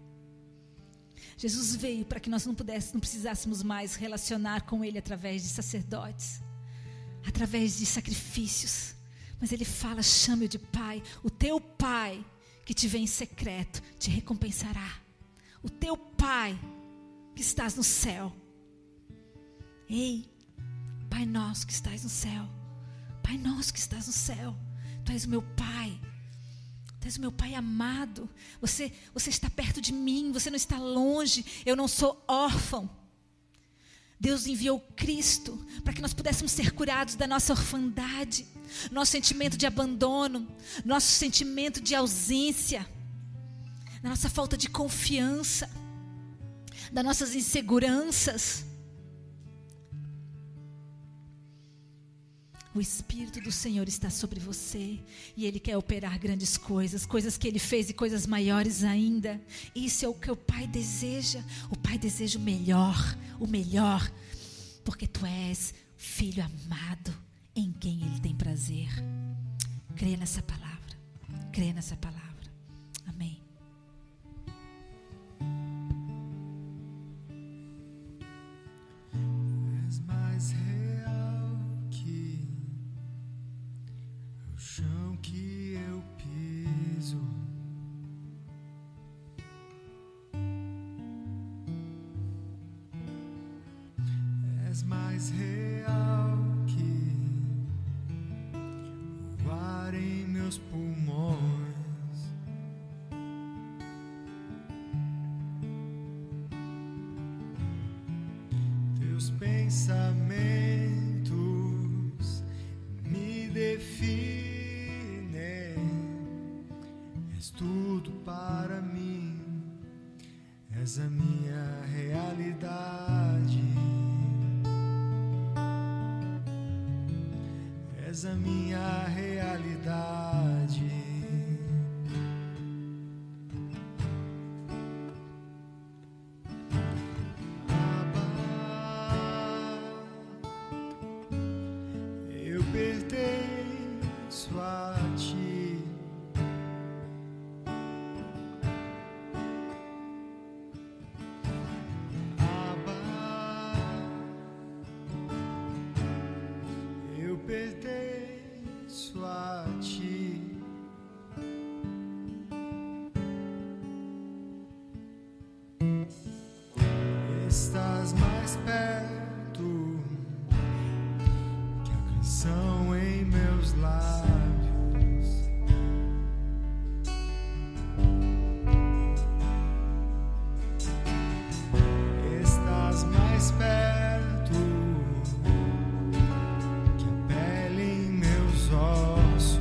Jesus veio para que nós não pudéssemos, não precisássemos mais relacionar com Ele através de sacerdotes, através de sacrifícios. Mas Ele fala, chame-o de Pai. O teu Pai que te vê em secreto te recompensará. O teu Pai que estás no céu. Ei, Pai nosso que estás no céu. Pai nosso que estás no céu. Tu és o meu Pai. Tu és o meu Pai amado. Você, você está perto de mim. Você não está longe. Eu não sou órfão. Deus enviou Cristo para que nós pudéssemos ser curados da nossa orfandade, nosso sentimento de abandono, nosso sentimento de ausência, da nossa falta de confiança, das nossas inseguranças. O Espírito do Senhor está sobre você e Ele quer operar grandes coisas, coisas que Ele fez e coisas maiores ainda. Isso é o que o Pai deseja. O Pai deseja o melhor, o melhor, porque tu és filho amado em quem Ele tem prazer. Crê nessa palavra, crê nessa palavra. Amém. És mais real que o chão que eu piso. És mais real que o ar em meus pulmões. Teus pensamentos me definem. És tudo para mim. És a minha realidade. És a minha realidade. Eu pertenço a ti. Abba, eu pertenço a ti. Estás mais perto que a canção em meus lábios. Estás mais perto que a pele em meus ossos.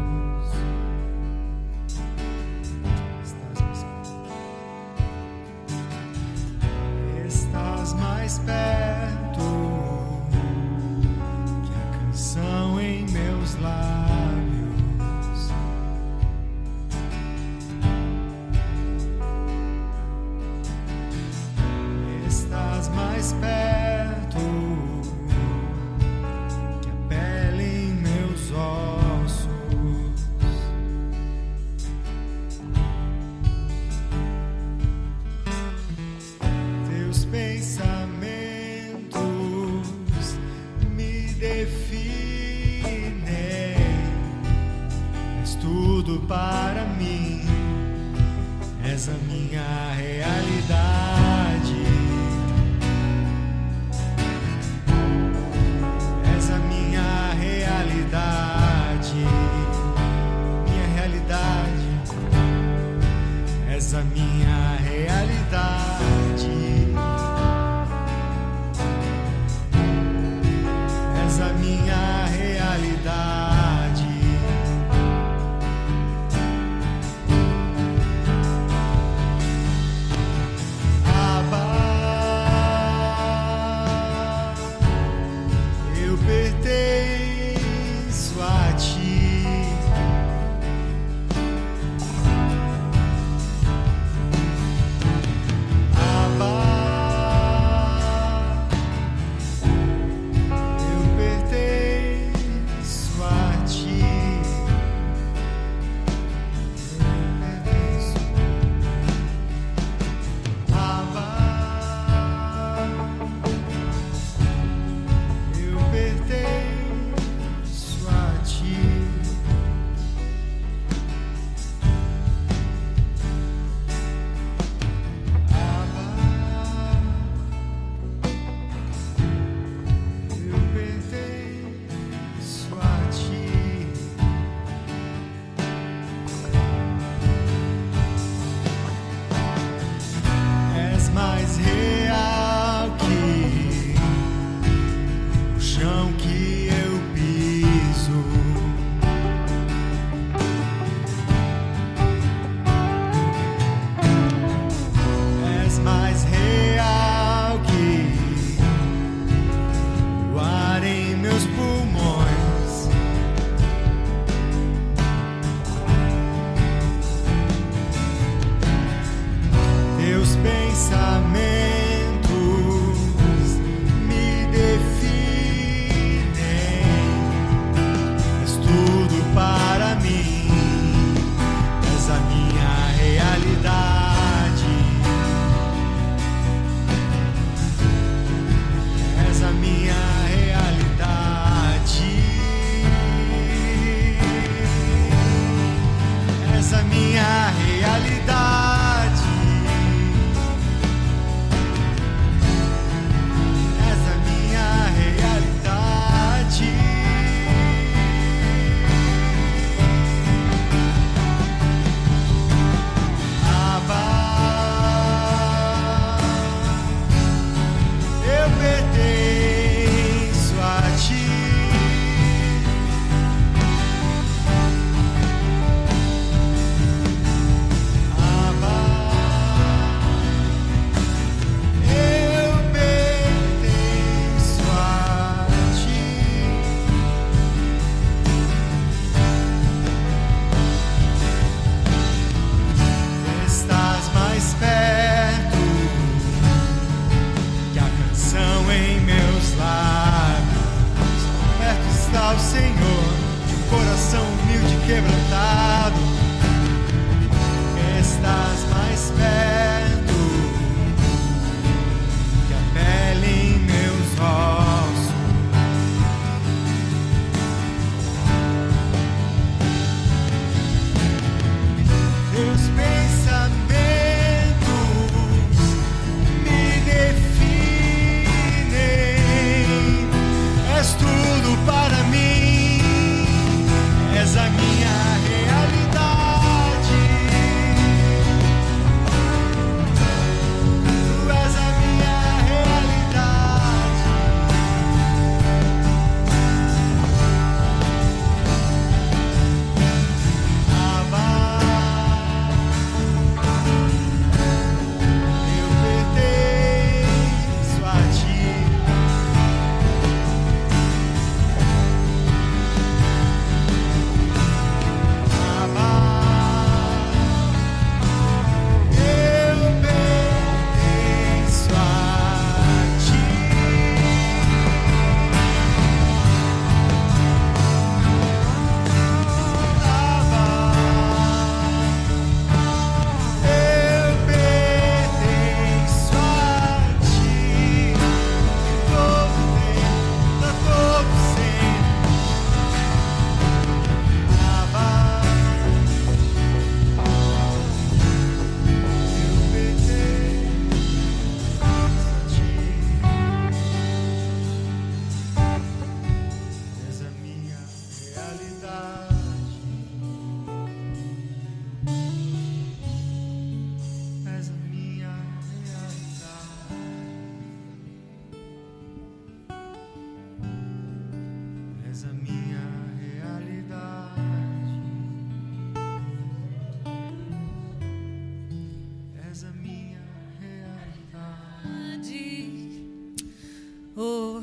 Estás mais perto. Estás mais perto que a canção em meus lábios. Estás mais perto que a pele em meus ossos. Teus pensamentos És a minha realidade, és a minha realidade. Abba, eu pertenço a ti.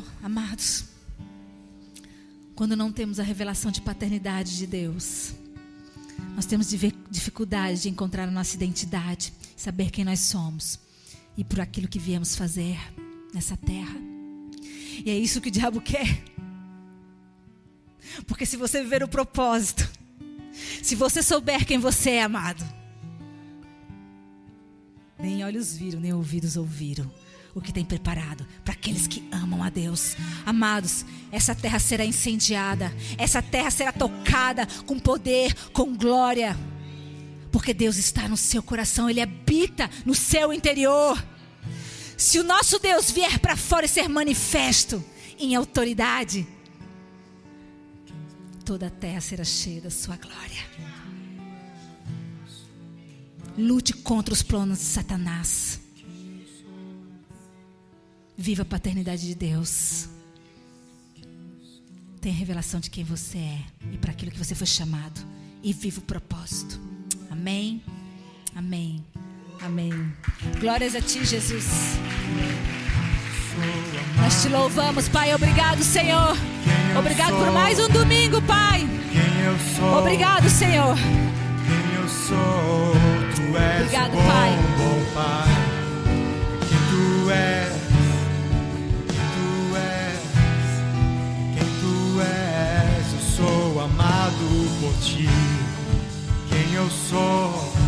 amados, quando não temos a revelação de paternidade de Deus, nós temos dificuldade de encontrar a nossa identidade, saber quem nós somos e por aquilo que viemos fazer nessa terra. E é isso que o diabo quer. Porque se você viver o propósito, se você souber quem você é, amado, nem olhos viram, nem ouvidos ouviram o que tem preparado para aqueles que amam a Deus. Amados, essa terra será incendiada, essa terra será tocada com poder, com glória, porque Deus está no seu coração, Ele habita no seu interior. Se o nosso Deus vier para fora e ser manifesto em autoridade, toda a terra será cheia da sua glória. Lute contra os planos de Satanás. Viva a paternidade de Deus. Tenha revelação de quem você é e para aquilo que você foi chamado. E viva o propósito. Amém? Amém. Amém. Glórias a Ti, Jesus. Nós Te louvamos, Pai. Obrigado, Senhor. Obrigado por mais um domingo, Pai. Obrigado, Senhor. Quem eu sou, Tu és Obrigado, bom, Pai. bom Pai. Quem Tu és, Tu és, quem Tu és. Eu sou amado por Ti. Quem eu sou,